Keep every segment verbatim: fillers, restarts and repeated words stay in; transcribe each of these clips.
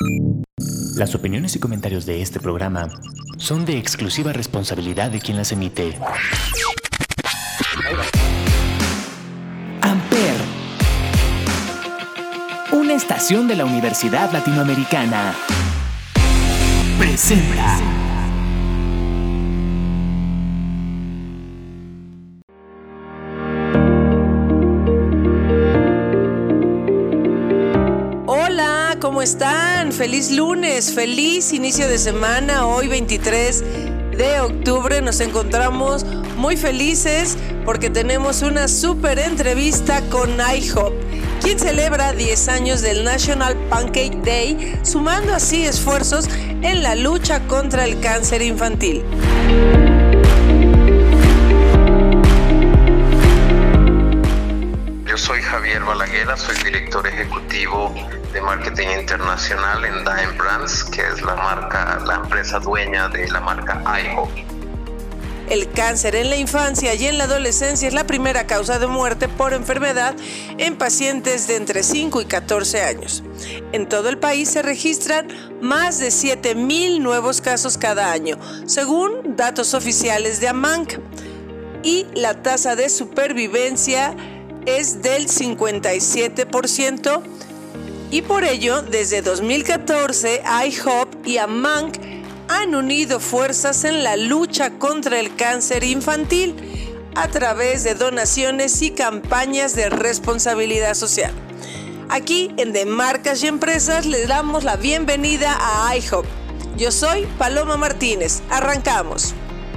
Las opiniones y comentarios de este programa son de exclusiva responsabilidad de quien las emite. Amper, una estación de la Universidad Latinoamericana, presenta. ¿Cómo están? Feliz lunes, feliz inicio de semana. Hoy veintitrés de octubre nos encontramos muy felices porque tenemos una súper entrevista con I HOP, quien celebra diez años del National Pancake Day, sumando así esfuerzos en la lucha contra el cáncer infantil. Yo soy Javier Balaguer, soy director ejecutivo de marketing internacional en Dime Brands, que es la marca, la empresa dueña de la marca I HOP. El cáncer en la infancia y en la adolescencia es la primera causa de muerte por enfermedad en pacientes de entre cinco y catorce años. En todo el país se registran más de siete mil nuevos casos cada año, según datos oficiales de AMANC, y la tasa de supervivencia es del cincuenta y siete por ciento. Y por ello, desde dos mil catorce, I HOP y AMANC han unido fuerzas en la lucha contra el cáncer infantil a través de donaciones y campañas de responsabilidad social. Aquí, en De Marcas y Empresas, les damos la bienvenida a I HOP. Yo soy Paloma Martínez. Arrancamos.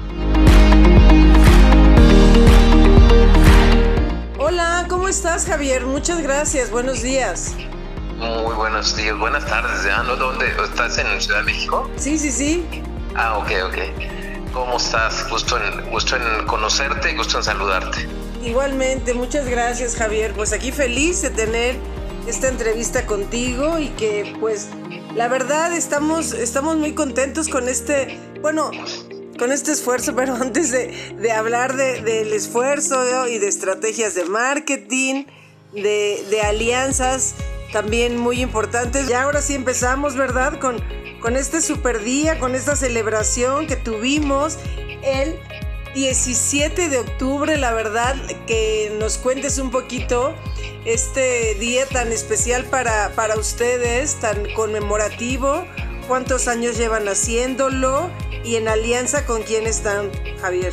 Hola, ¿cómo estás, Javier? Muchas gracias. Buenos días. Muy buenos días, buenas tardes, ¿ya? ¿No? ¿Dónde? ¿Estás en Ciudad de México? Sí, sí, sí. Ah, ok, ok. ¿Cómo estás? Gusto en, gusto en conocerte y gusto en saludarte. Igualmente, muchas gracias, Javier. Pues aquí feliz de tener esta entrevista contigo y que, pues, la verdad estamos, estamos muy contentos con este, bueno, con este esfuerzo, pero antes de, de hablar de, del esfuerzo, ¿no? Y de estrategias de marketing, de, de alianzas también muy importantes. Y ahora sí empezamos, ¿verdad? Con, con este super día, con esta celebración que tuvimos el diecisiete de octubre. La verdad, que nos cuentes un poquito este día tan especial para, para ustedes, tan conmemorativo. ¿Cuántos años llevan haciéndolo? ¿Y en alianza con quién están, Javier?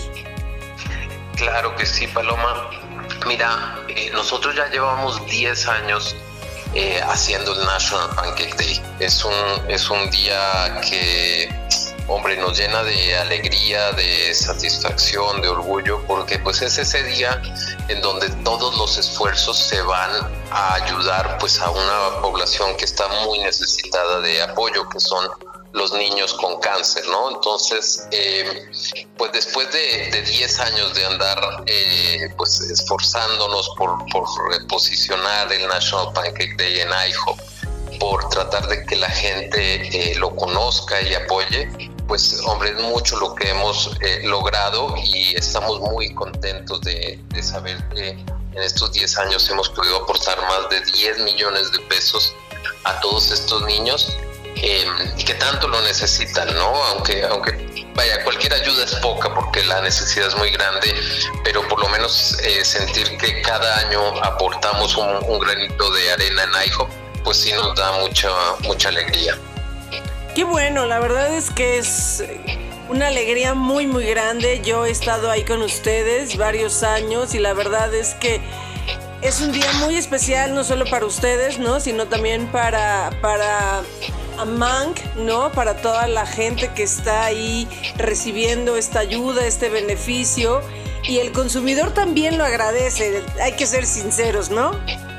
Claro que sí, Paloma. Mira, eh, nosotros ya llevamos diez años Eh, haciendo el National Pancake Day. Es un, es un día que, hombre, nos llena de alegría, de satisfacción, de orgullo, porque pues es ese día en donde todos los esfuerzos se van a ayudar pues a una población que está muy necesitada de apoyo, que son los niños con cáncer, ¿no? Entonces, eh, pues después de, de diez años de andar eh, pues esforzándonos por, por reposicionar el National Pancake Day en I HOP, por tratar de que la gente eh, lo conozca y apoye, pues hombre, es mucho lo que hemos eh, logrado y estamos muy contentos de, de saber que en estos diez años hemos podido aportar más de diez millones de pesos a todos estos niños Eh, y que tanto lo necesitan, ¿no? Aunque, aunque vaya, cualquier ayuda es poca porque la necesidad es muy grande, pero por lo menos eh, sentir que cada año aportamos un, un granito de arena en I HOP, pues sí nos da mucha, mucha alegría. Qué bueno, la verdad es que es una alegría muy, muy grande. Yo he estado ahí con ustedes varios años y la verdad es que es un día muy especial, no solo para ustedes, ¿no? Sino también para... para AMANC, ¿no? Para toda la gente que está ahí recibiendo esta ayuda, este beneficio, y el consumidor también lo agradece. Hay que ser sinceros, ¿no?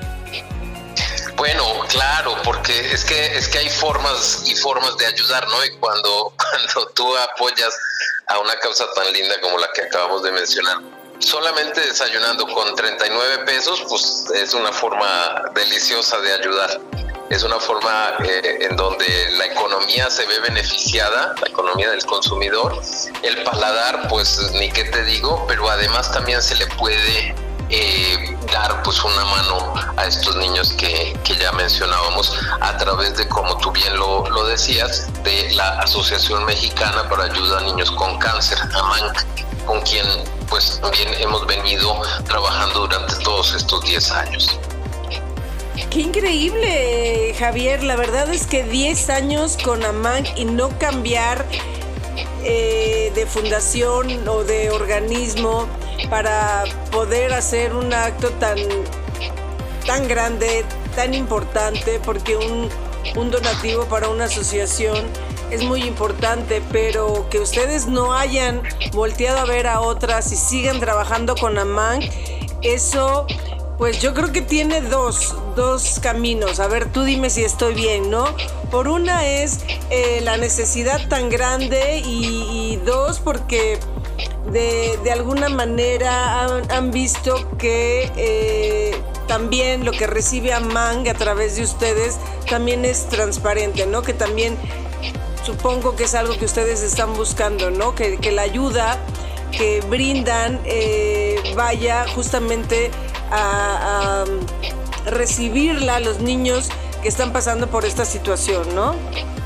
Bueno, claro, porque es que es que hay formas y formas de ayudar, ¿no? Y cuando cuando tú apoyas a una causa tan linda como la que acabamos de mencionar, solamente desayunando con treinta y nueve pesos, pues es una forma deliciosa de ayudar. Es una forma eh, en donde la economía se ve beneficiada, la economía del consumidor, el paladar, pues ni qué te digo, pero además también se le puede eh, dar pues una mano a estos niños que, que ya mencionábamos a través de, como tú bien lo, decías, de la Asociación Mexicana para Ayuda a Niños con Cáncer, AMANC, con quien pues también hemos venido trabajando durante todos estos diez años. ¡Qué increíble, Javier! La verdad es que diez años con AMANC y no cambiar eh, de fundación o de organismo para poder hacer un acto tan, tan grande, tan importante, porque un, un donativo para una asociación es muy importante, pero que ustedes no hayan volteado a ver a otras y sigan trabajando con AMANC, eso pues yo creo que tiene dos, dos caminos. A ver, tú dime si estoy bien, ¿no? Por una es eh, la necesidad tan grande y, y dos, porque de, de alguna manera han, han visto que eh, también lo que recibe AMANC a través de ustedes también es transparente, ¿no? Que también supongo que es algo que ustedes están buscando, ¿no? Que, que la ayuda que brindan eh, vaya justamente a, a recibirla a los niños que están pasando por esta situación, ¿no?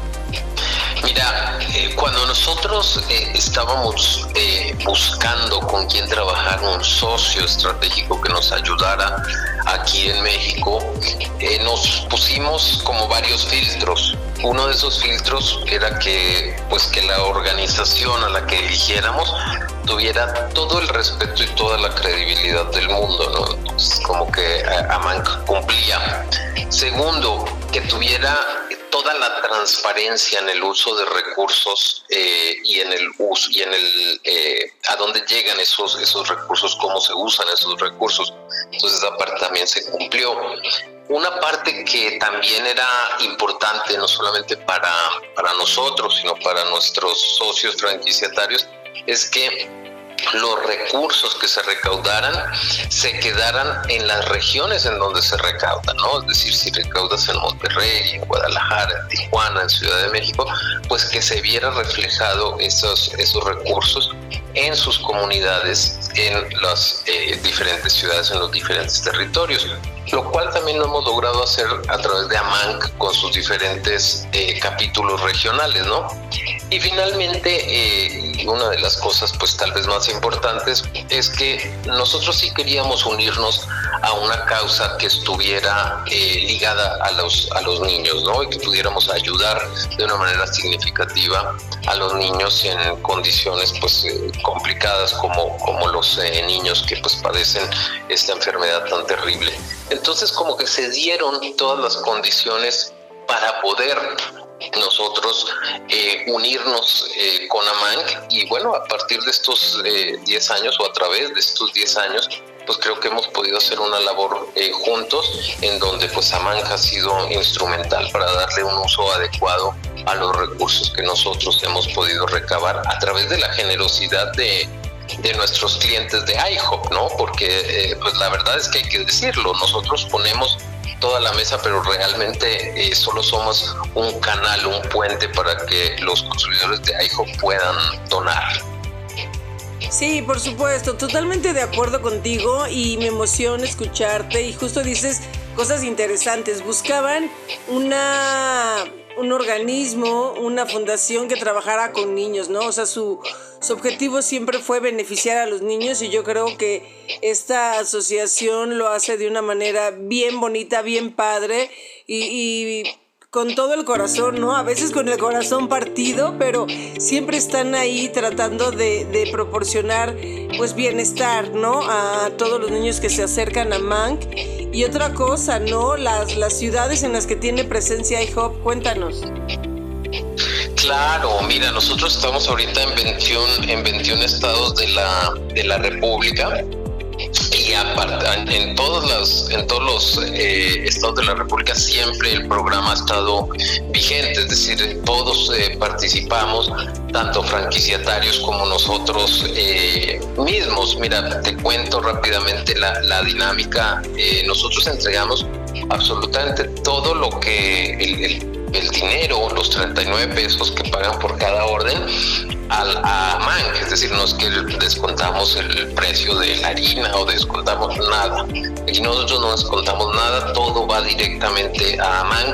Mira, eh, cuando nosotros eh, estábamos eh, buscando con quién trabajar, un socio estratégico que nos ayudara aquí en México, eh, nos pusimos como varios filtros. Uno de esos filtros era que, pues, que la organización a la que eligiéramos tuviera todo el respeto y toda la credibilidad del mundo, ¿no? Entonces, como que AMANC cumplía. Segundo, que tuviera toda la transparencia en el uso de recursos eh, y en el uso y en el eh, a dónde llegan esos esos recursos, cómo se usan esos recursos. Entonces, esa parte también se cumplió. Una parte que también era importante, no solamente para, para nosotros, sino para nuestros socios franquiciatarios, es que los recursos que se recaudaran se quedaran en las regiones en donde se recaudan, ¿no? Es decir, si recaudas en Monterrey, en Guadalajara, en Tijuana, en Ciudad de México, pues que se viera reflejado esos, esos recursos en sus comunidades, en las eh, diferentes ciudades, en los diferentes territorios, lo cual también lo hemos logrado hacer a través de AMANC con sus diferentes eh, capítulos regionales, ¿no? Y finalmente, eh, una de las cosas pues tal vez más importantes es que nosotros sí queríamos unirnos a una causa que estuviera eh, ligada a los, a los niños, ¿no? Y que pudiéramos ayudar de una manera significativa a los niños en condiciones pues eh, complicadas como, como los eh, niños que pues padecen esta enfermedad tan terrible. Entonces, como que se dieron todas las condiciones para poder nosotros eh, unirnos eh, con AMANC, y bueno, a partir de estos eh, diez años o a través de estos diez años, pues creo que hemos podido hacer una labor eh, juntos, en donde pues AMANC ha sido instrumental para darle un uso adecuado a los recursos que nosotros hemos podido recabar a través de la generosidad de de nuestros clientes de I HOP, ¿no? Porque eh, pues la verdad es que hay que decirlo, nosotros ponemos toda la mesa, pero realmente eh, solo somos un canal, un puente para que los consumidores de I HOP puedan donar. Sí, por supuesto, totalmente de acuerdo contigo y me emociona escucharte, y justo dices cosas interesantes. Buscaban una un organismo, una fundación que trabajara con niños, ¿no? O sea, su, su objetivo siempre fue beneficiar a los niños, y yo creo que esta asociación lo hace de una manera bien bonita, bien padre y, y con todo el corazón, ¿no? A veces con el corazón partido, pero siempre están ahí tratando de, de proporcionar pues bienestar, ¿no? A todos los niños que se acercan a AMANC. Y otra cosa, ¿no? Las, las ciudades en las que tiene presencia I HOP, cuéntanos. Claro, mira, nosotros estamos ahorita en veintiuno, en veintiuno estados de la, de la República, y aparte, en todos los, en todos los eh, estados de la República siempre el programa ha estado vigente, es decir, todos eh, participamos, tanto franquiciatarios como nosotros eh, mismos. Mira, te cuento rápidamente la, la dinámica. Eh, nosotros entregamos absolutamente todo lo que el, el el dinero, los treinta y nueve pesos que pagan por cada orden, al, a AMANC, es decir, no es que descontamos el precio de la harina o descontamos nada. Aquí nosotros no descontamos nada, todo va directamente a AMANC.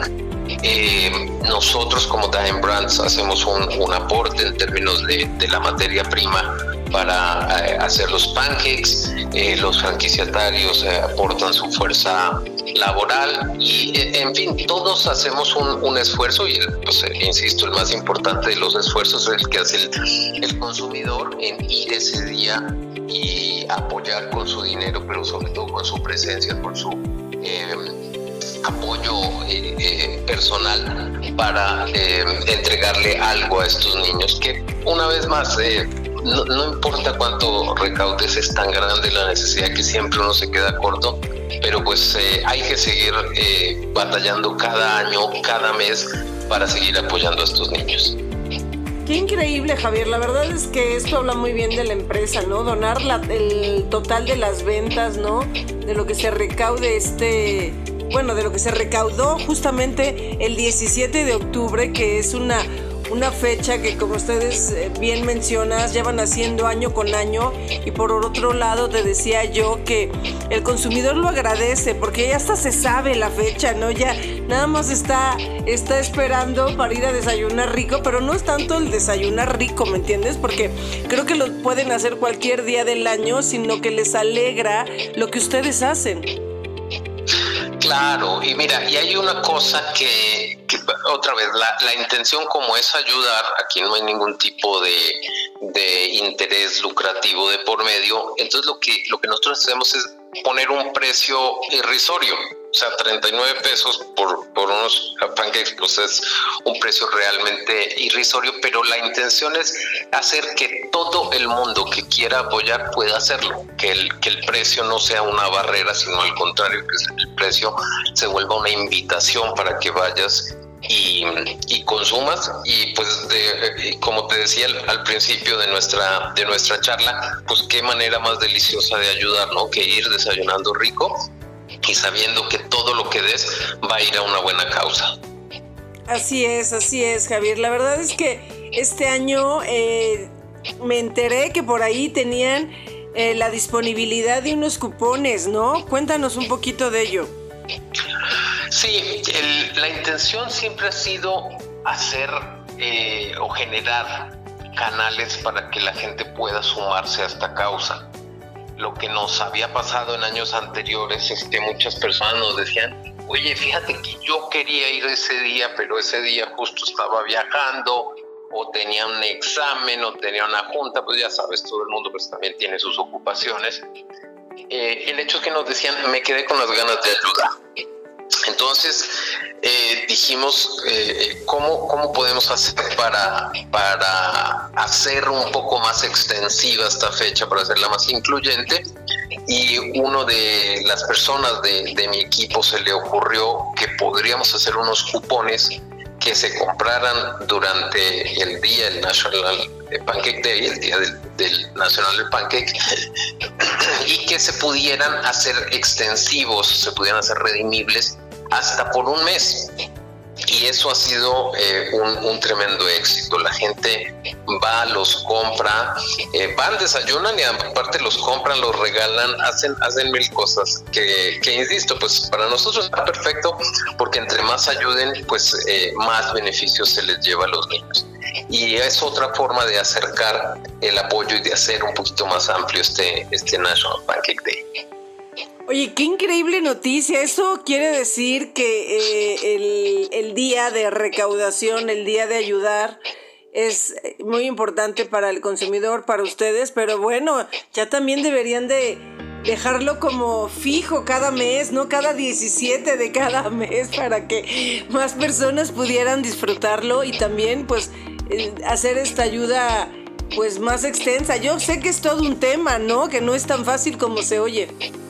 Eh, nosotros como Dine Brands hacemos un, un aporte en términos de, de la materia prima para eh, hacer los pancakes. Eh, los franquiciatarios eh, aportan su fuerza laboral y eh, en fin, todos hacemos un, un esfuerzo y pues, eh, insisto, el más importante de los esfuerzos es el que hace el, el consumidor en ir ese día y apoyar con su dinero, pero sobre todo con su presencia, con su eh, apoyo eh, eh, personal para eh, entregarle algo a estos niños que una vez más eh, no, no importa cuánto recaudes, es tan grande la necesidad que siempre uno se queda corto, pero pues eh, hay que seguir eh, batallando cada año, cada mes para seguir apoyando a estos niños. Qué increíble, Javier. La verdad es que esto habla muy bien de la empresa, ¿no? Donar la, el total de las ventas, ¿no? De lo que se recaude este... Bueno, de lo que se recaudó justamente el diecisiete de octubre, que es una, una fecha que, como ustedes bien mencionas, llevan haciendo año con año. Y por otro lado, te decía yo que el consumidor lo agradece porque ya hasta se sabe la fecha, ¿no? Ya nada más está, está esperando para ir a desayunar rico, pero no es tanto el desayunar rico, ¿me entiendes? Porque creo que lo pueden hacer cualquier día del año, sino que les alegra lo que ustedes hacen. Claro, y mira, y hay una cosa que, que otra vez, la, la intención como es ayudar, aquí no hay ningún tipo de, de interés lucrativo de por medio, entonces lo que, lo que nosotros hacemos es poner un precio irrisorio, o sea, treinta y nueve pesos por, por unos pancakes, pues es un precio realmente irrisorio, pero la intención es hacer que todo el mundo que quiera apoyar pueda hacerlo, que el, que el precio no sea una barrera, sino al contrario, que el precio se vuelva una invitación para que vayas y, y consumas. Y pues de, como te decía al, al principio de nuestra, de nuestra charla, pues qué manera más deliciosa de ayudar, ¿no? Que ir desayunando rico y sabiendo que todo lo que des va a ir a una buena causa. Así es, así es, Javier. La verdad es que este año eh, me enteré que por ahí tenían eh, la disponibilidad de unos cupones, ¿no? Cuéntanos un poquito de ello. Sí, el, la intención siempre ha sido hacer eh, o generar canales para que la gente pueda sumarse a esta causa. Lo que nos había pasado en años anteriores es que muchas personas nos decían, oye, fíjate que yo quería ir ese día, pero ese día justo estaba viajando, o tenía un examen, o tenía una junta, pues ya sabes, todo el mundo pues también tiene sus ocupaciones. Eh, el hecho es que nos decían, me quedé con las ganas de ayudar. Entonces eh, dijimos, eh, ¿cómo, ¿cómo podemos hacer para, para hacer un poco más extensiva esta fecha, para hacerla más incluyente? Y uno de las personas de, de mi equipo se le ocurrió que podríamos hacer unos cupones que se compraran durante el día del National Pancake Day, el día del, del National Pancake, y que se pudieran hacer extensivos, se pudieran hacer redimibles hasta por un mes. Y eso ha sido eh, un, un tremendo éxito. La gente va, los compra, eh, van, desayunan y aparte los compran, los regalan, hacen, hacen mil cosas que, que, insisto, pues para nosotros está perfecto, porque entre más ayuden, pues eh, más beneficios se les lleva a los niños. Y es otra forma de acercar el apoyo y de hacer un poquito más amplio este, este National Pancake Day. Oye, qué increíble noticia. Eso quiere decir que eh, el, el día de recaudación, el día de ayudar, es muy importante para el consumidor, para ustedes, pero bueno, ya también deberían de dejarlo como fijo cada mes, ¿no? Cada diecisiete de cada mes, para que más personas pudieran disfrutarlo y también pues eh, hacer esta ayuda pues más extensa. Yo sé que es todo un tema, ¿no? Que no es tan fácil como se oye.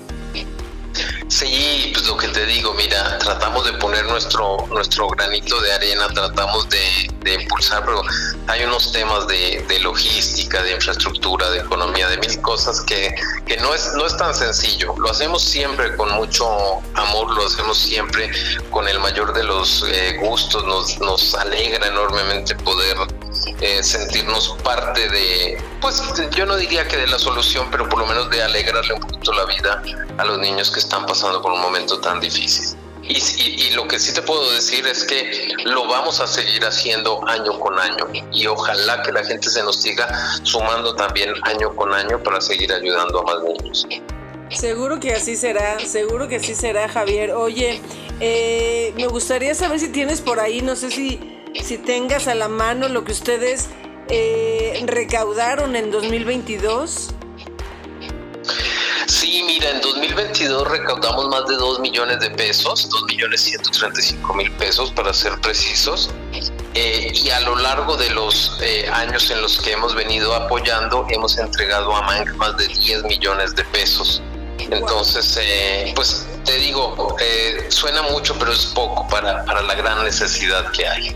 Sí, pues lo que te digo, mira, tratamos de poner nuestro nuestro granito de arena, tratamos de, de impulsar, pero hay unos temas de, de logística, de infraestructura, de economía, de mil cosas que, que no es no es tan sencillo. Lo hacemos siempre con mucho amor, lo hacemos siempre con el mayor de los eh, gustos, nos, nos alegra enormemente poder eh, sentirnos parte de, pues yo no diría que de la solución, pero por lo menos de alegrarle un poquito la vida a los niños que están pasando por un momento tan difícil. Y, y, y lo que sí te puedo decir es que lo vamos a seguir haciendo año con año y ojalá que la gente se nos siga sumando también año con año para seguir ayudando a más niños. Seguro que así será, seguro que así será, Javier. Oye, eh, me gustaría saber si tienes por ahí, no sé si, si tengas a la mano lo que ustedes eh, recaudaron en dos mil veintidós. Sí, mira, en dos mil veintidós recaudamos más de dos millones de pesos, dos millones ciento treinta y cinco mil pesos para ser precisos. Eh, y a lo largo de los eh, años en los que hemos venido apoyando, hemos entregado a Manc más de diez millones de pesos. Entonces, eh, pues te digo, eh, suena mucho, pero es poco para, para la gran necesidad que hay.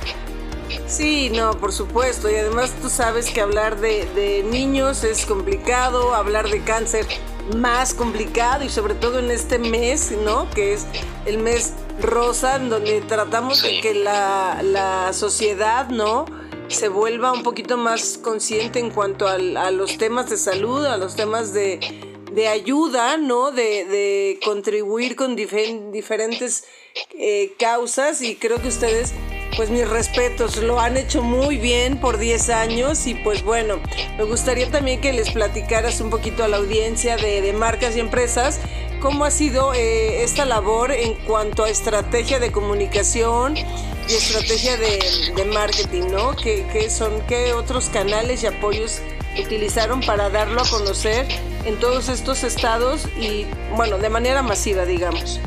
Sí, no, por supuesto. Y además tú sabes que hablar de, de niños es complicado, hablar de cáncer más complicado, y sobre todo en este mes, ¿no? Que es el mes rosa, en donde tratamos sí. de que la, la sociedad, ¿no?, se vuelva un poquito más consciente en cuanto a, a los temas de salud, a los temas de, de ayuda, ¿no? De, de contribuir con difer- diferentes eh, causas, y creo que ustedes, pues mis respetos, lo han hecho muy bien por diez años. Y pues bueno, me gustaría también que les platicaras un poquito a la audiencia de, de Marcas y Empresas cómo ha sido eh, esta labor en cuanto a estrategia de comunicación y estrategia de, de marketing, ¿no? ¿Qué, qué son, qué otros canales y apoyos utilizaron para darlo a conocer en todos estos estados y, bueno, de manera masiva, digamos?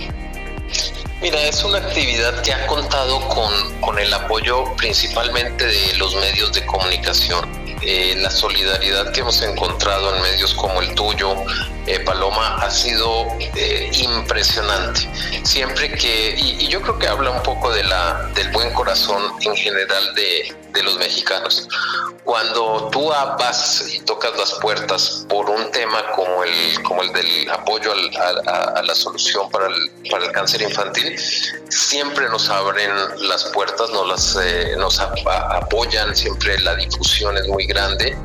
Mira, es una actividad que ha contado con, con el apoyo principalmente de los medios de comunicación. Eh, la solidaridad que hemos encontrado en medios como el tuyo, eh, Paloma, ha sido eh, impresionante. Siempre que, y, y yo creo que habla un poco de la, del buen corazón en general de, de los mexicanos. Cuando tú vas y tocas las puertas por un tema como el, como el del apoyo al, a, a la solución para el, para el cáncer infantil, siempre nos abren las puertas, nos, las, eh, nos ap- apoyan, siempre la difusión es muy grande,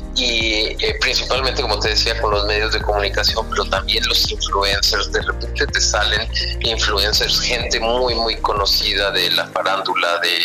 y eh, principalmente, como te decía, con los medios de comunicación, pero también los influencers. De repente te salen influencers, gente muy muy conocida de la farándula, de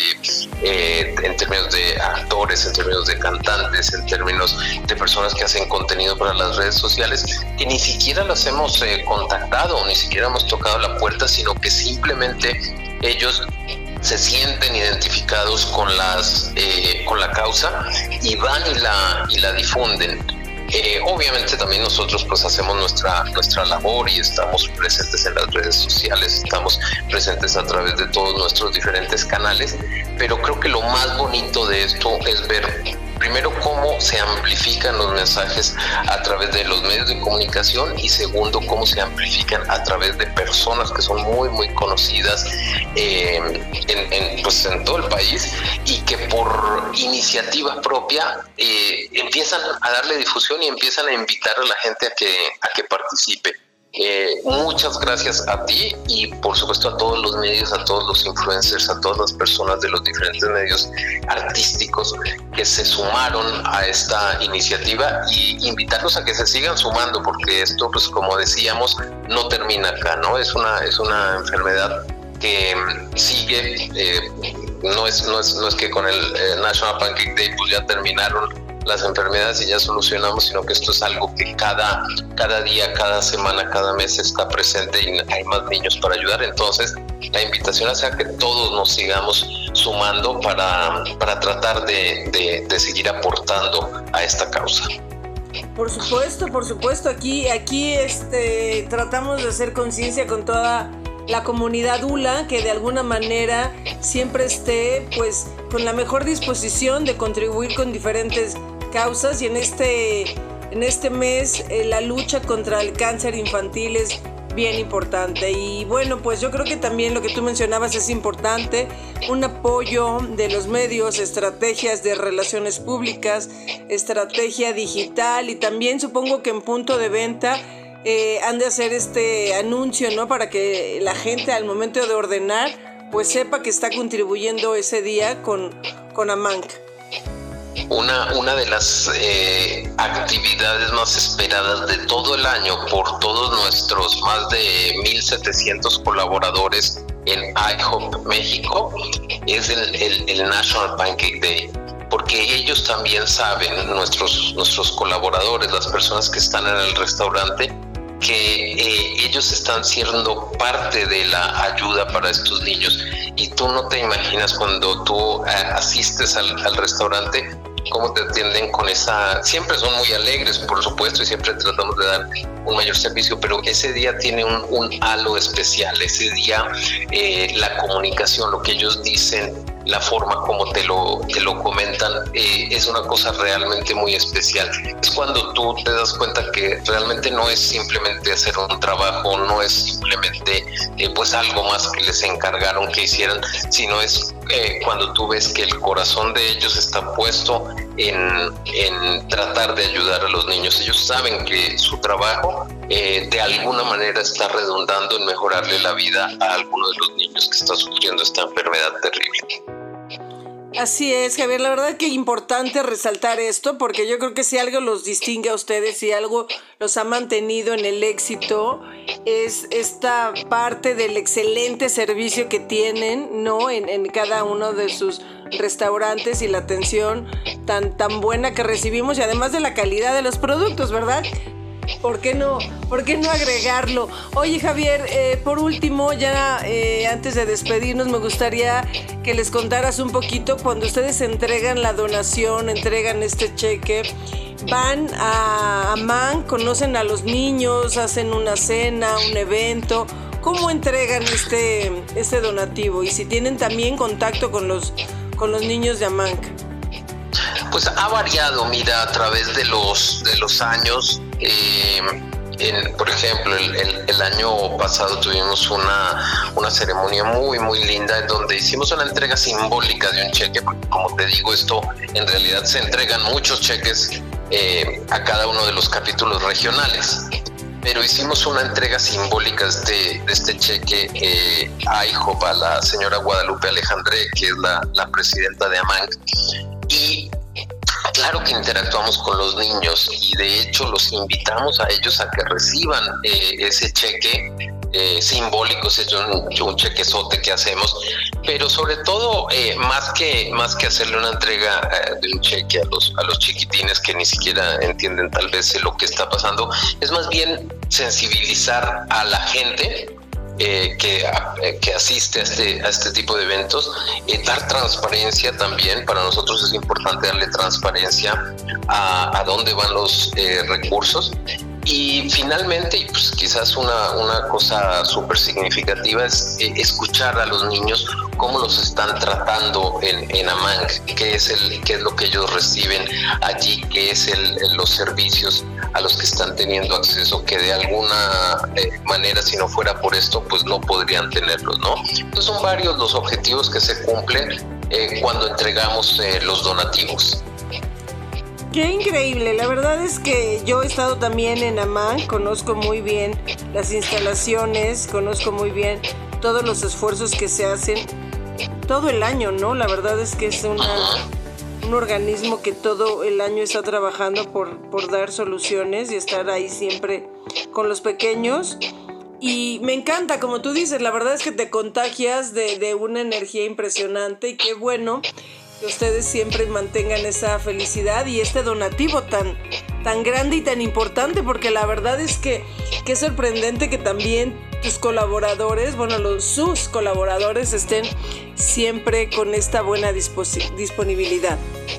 eh, en términos de actores, en términos de cantantes, en términos de personas que hacen contenido para las redes sociales, que ni siquiera las hemos eh, contactado, ni siquiera hemos tocado la puerta, sino que simplemente ellos se sienten identificados con las eh, con la causa y van y la y la difunden. Eh, obviamente también nosotros pues hacemos nuestra nuestra labor y estamos presentes en las redes sociales, estamos presentes a través de todos nuestros diferentes canales, pero creo que lo más bonito de esto es ver primero cómo se amplifican los mensajes a través de los medios de comunicación, y segundo, cómo se amplifican a través de personas que son muy muy conocidas eh, en, en, pues en todo el país, y que por iniciativa propia eh, empiezan a darle difusión y empiezan a invitar a la gente a que, a que participe. Eh, muchas gracias a ti y por supuesto a todos los medios, a todos los influencers, a todas las personas de los diferentes medios artísticos que se sumaron a esta iniciativa, y invitarlos a que se sigan sumando, porque esto, pues como decíamos, no termina acá, ¿no? Es una, es una enfermedad que sigue, eh, no es, no es, no es que con el eh, National Pancake Day pues ya terminaron las enfermedades y ya solucionamos, sino que esto es algo que cada, cada día, cada semana, cada mes está presente y hay más niños para ayudar. Entonces la invitación es a que todos nos sigamos sumando para, para tratar de, de, de seguir aportando a esta causa. Por supuesto, por supuesto, aquí, aquí este, tratamos de hacer conciencia con toda la comunidad U L A, que de alguna manera siempre esté pues con la mejor disposición de contribuir con diferentes causas, y en este, en este mes eh, la lucha contra el cáncer infantil es bien importante. Y bueno, pues yo creo que también lo que tú mencionabas es importante, un apoyo de los medios, estrategias de relaciones públicas, estrategia digital, y también supongo que en punto de venta Eh, han de hacer este anuncio, ¿no? Para que la gente al momento de ordenar pues sepa que está contribuyendo ese día con, con Amanc. una, una de las eh, actividades más esperadas de todo el año por todos nuestros más de mil setecientos colaboradores en IHOP México es el, el, el National Pancake Day, porque ellos también saben, nuestros, nuestros colaboradores, las personas que están en el restaurante, que eh, ellos están siendo parte de la ayuda para estos niños. Y tú no te imaginas cuando tú eh, asistes al, al restaurante, cómo te atienden con esa... Siempre son muy alegres, por supuesto, y siempre tratamos de dar un mayor servicio, pero ese día tiene un, un halo especial. Ese día eh, la comunicación, lo que ellos dicen, la forma como te lo, te lo comentan, eh, es una cosa realmente muy especial. Es cuando tú te das cuenta que realmente no es simplemente hacer un trabajo, no es simplemente eh, pues algo más que les encargaron que hicieran, sino es eh, cuando tú ves que el corazón de ellos está puesto en, en tratar de ayudar a los niños. Ellos saben que su trabajo eh, de alguna manera está redundando en mejorarle la vida a alguno de los niños que está sufriendo esta enfermedad terrible. Así es, Javier, la verdad que es importante resaltar esto, porque yo creo que si algo los distingue a ustedes, si algo los ha mantenido en el éxito, es esta parte del excelente servicio que tienen, ¿no? En, en cada uno de sus restaurantes y la atención tan, tan buena que recibimos, y además de la calidad de los productos, ¿verdad? ¿Por qué no, por qué no agregarlo? Oye, Javier, eh, por último, ya eh, antes de despedirnos, me gustaría que les contaras un poquito cuando ustedes entregan la donación, entregan este cheque, van a Amán, conocen a los niños, hacen una cena, un evento. ¿Cómo entregan este, este donativo? Y si tienen también contacto con los, con los niños de Amán. Pues ha variado, mira, a través de los, de los años. Eh, en, por ejemplo, el, el, el año pasado tuvimos una, una ceremonia muy, muy linda en donde hicimos una entrega simbólica de un cheque, porque como te digo, esto en realidad se entregan muchos cheques eh, a cada uno de los capítulos regionales. Pero hicimos una entrega simbólica de este, de este cheque eh, a IHOP, a la señora Guadalupe Alejandré, que es la, la presidenta de Amán. Y claro que interactuamos con los niños y de hecho los invitamos a ellos a que reciban eh, ese cheque eh, simbólico, ese es un, un chequezote que hacemos, pero sobre todo eh, más que más que hacerle una entrega eh, de un cheque a los a los chiquitines que ni siquiera entienden tal vez lo que está pasando, es más bien sensibilizar a la gente Eh, que, eh, que asiste a este, a este tipo de eventos, eh, dar transparencia también. Para nosotros es importante darle transparencia a, a dónde van los eh, recursos. Y finalmente, y pues quizás una, una cosa súper significativa es eh, escuchar a los niños cómo los están tratando en, en Amán, qué es, el, qué es lo que ellos reciben allí, qué es el, los servicios a los que están teniendo acceso, que de alguna eh, manera, si no fuera por esto, pues no podrían tenerlos, ¿no? Entonces son varios los objetivos que se cumplen eh, cuando entregamos eh, los donativos. Qué increíble, la verdad es que yo he estado también en Amán, conozco muy bien las instalaciones, conozco muy bien todos los esfuerzos que se hacen todo el año, ¿no? La verdad es que es una, un organismo que todo el año está trabajando por, por dar soluciones y estar ahí siempre con los pequeños. Y me encanta, como tú dices, la verdad es que te contagias de, de una energía impresionante y qué bueno que ustedes siempre mantengan esa felicidad y este donativo tan, tan grande y tan importante, porque la verdad es que, que es sorprendente que también tus colaboradores, bueno, los, sus colaboradores estén siempre con esta buena disposi- disponibilidad.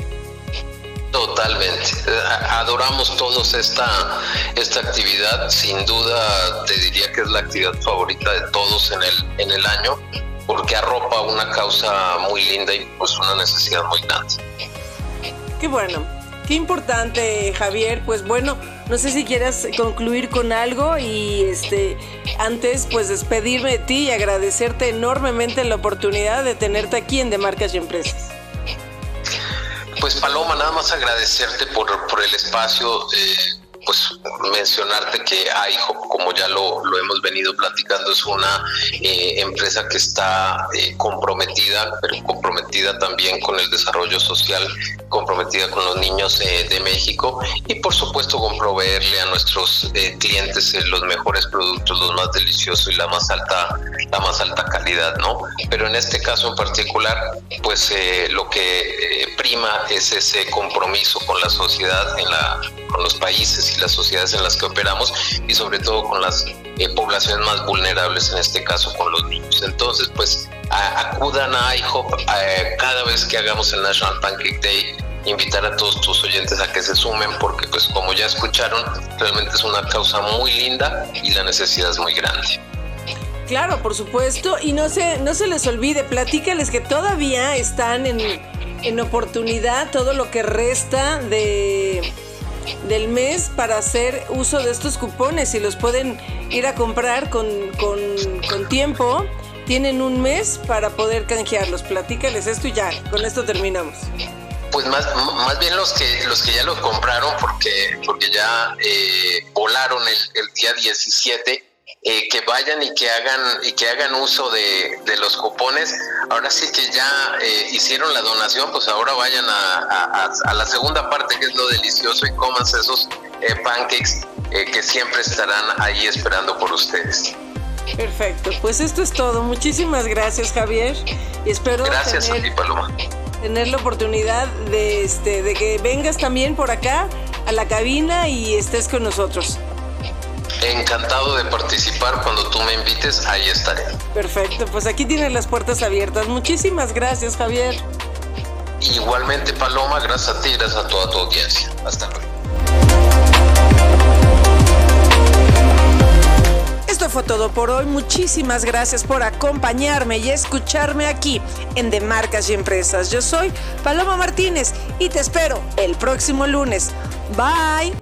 Totalmente. Adoramos todos esta, esta actividad. Sin duda te diría que es la actividad favorita de todos en el, en el año, porque arropa una causa muy linda y pues una necesidad muy grande. Qué bueno, qué importante, Javier. Pues bueno, no sé si quieras concluir con algo y este antes pues despedirme de ti y agradecerte enormemente la oportunidad de tenerte aquí en De Marcas y Empresas. Pues Paloma, nada más agradecerte por, por el espacio. Eh, pues mencionarte que iHop, como ya lo, lo hemos venido platicando, es una eh, empresa que está eh, comprometida, pero comprometida también con el desarrollo social, comprometida con los niños eh, de México y por supuesto con proveerle a nuestros eh, clientes eh, los mejores productos, los más deliciosos y la más alta, la más alta calidad, ¿no? Pero en este caso en particular, pues eh, lo que eh, prima es ese compromiso con la sociedad, en la, con los países y las sociedades en las que operamos y sobre todo con las eh, poblaciones más vulnerables, en este caso con los niños. Entonces, pues a, acudan a iHop a, cada vez que hagamos el National Pancake Day. Invitar a todos tus oyentes a que se sumen porque, pues como ya escucharon, realmente es una causa muy linda y la necesidad es muy grande. Claro, por supuesto, y no se, no se les olvide, platícales que todavía están en, en oportunidad todo lo que resta de, del mes para hacer uso de estos cupones y los pueden ir a comprar con, con, con tiempo. Tienen un mes para poder canjearlos. Platícales esto y ya, con esto terminamos. Pues más, más bien los que los que ya lo compraron porque porque ya eh, volaron el, el día diecisiete, eh, que vayan y que hagan y que hagan uso de, de los cupones. Ahora sí que ya eh, hicieron la donación, pues ahora vayan a, a, a la segunda parte, que es lo delicioso, y cómanse esos eh, pancakes eh, que siempre estarán ahí esperando por ustedes. Perfecto, pues esto es todo. Muchísimas gracias, Javier, y espero gracias tener... a ti, Paloma. tener la oportunidad de este de que vengas también por acá a la cabina y estés con nosotros. Encantado de participar. Cuando tú me invites, ahí estaré. Perfecto, pues aquí tienes las puertas abiertas. Muchísimas gracias, Javier. Igualmente, Paloma, gracias a ti y gracias a toda tu audiencia. Hasta luego. Esto fue todo por hoy. Muchísimas gracias por acompañarme y escucharme aquí en De Marcas y Empresas. Yo soy Paloma Martínez y te espero el próximo lunes. Bye.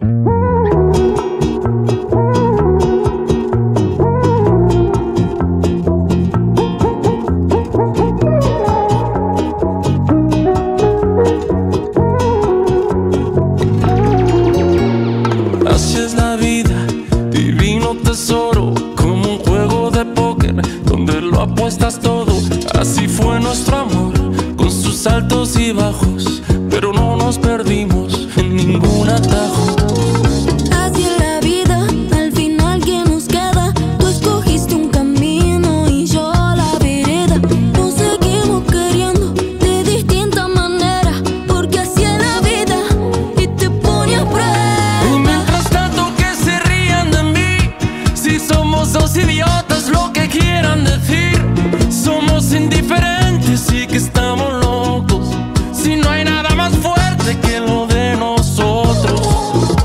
Así es la vida, divino tesoro, como un juego de póker donde lo apuestas todo. Así fue nuestro amor, con sus altos y bajos, pero no nos perdimos en ningún atajo. Así es la vida, al final ¿quién nos queda? Tú escogiste un camino y yo la vereda. Nos seguimos queriendo de distinta manera, porque así es la vida y te pone a prueba. Y mientras tanto que se rían de mí, si somos dos idiotas, lo que quieran decir. Somos indiferentes y que estamos locos, si no hay nada más fuerte que lo de nosotros.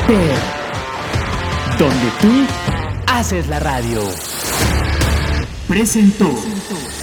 Amper, donde tú haces la radio. Presentó.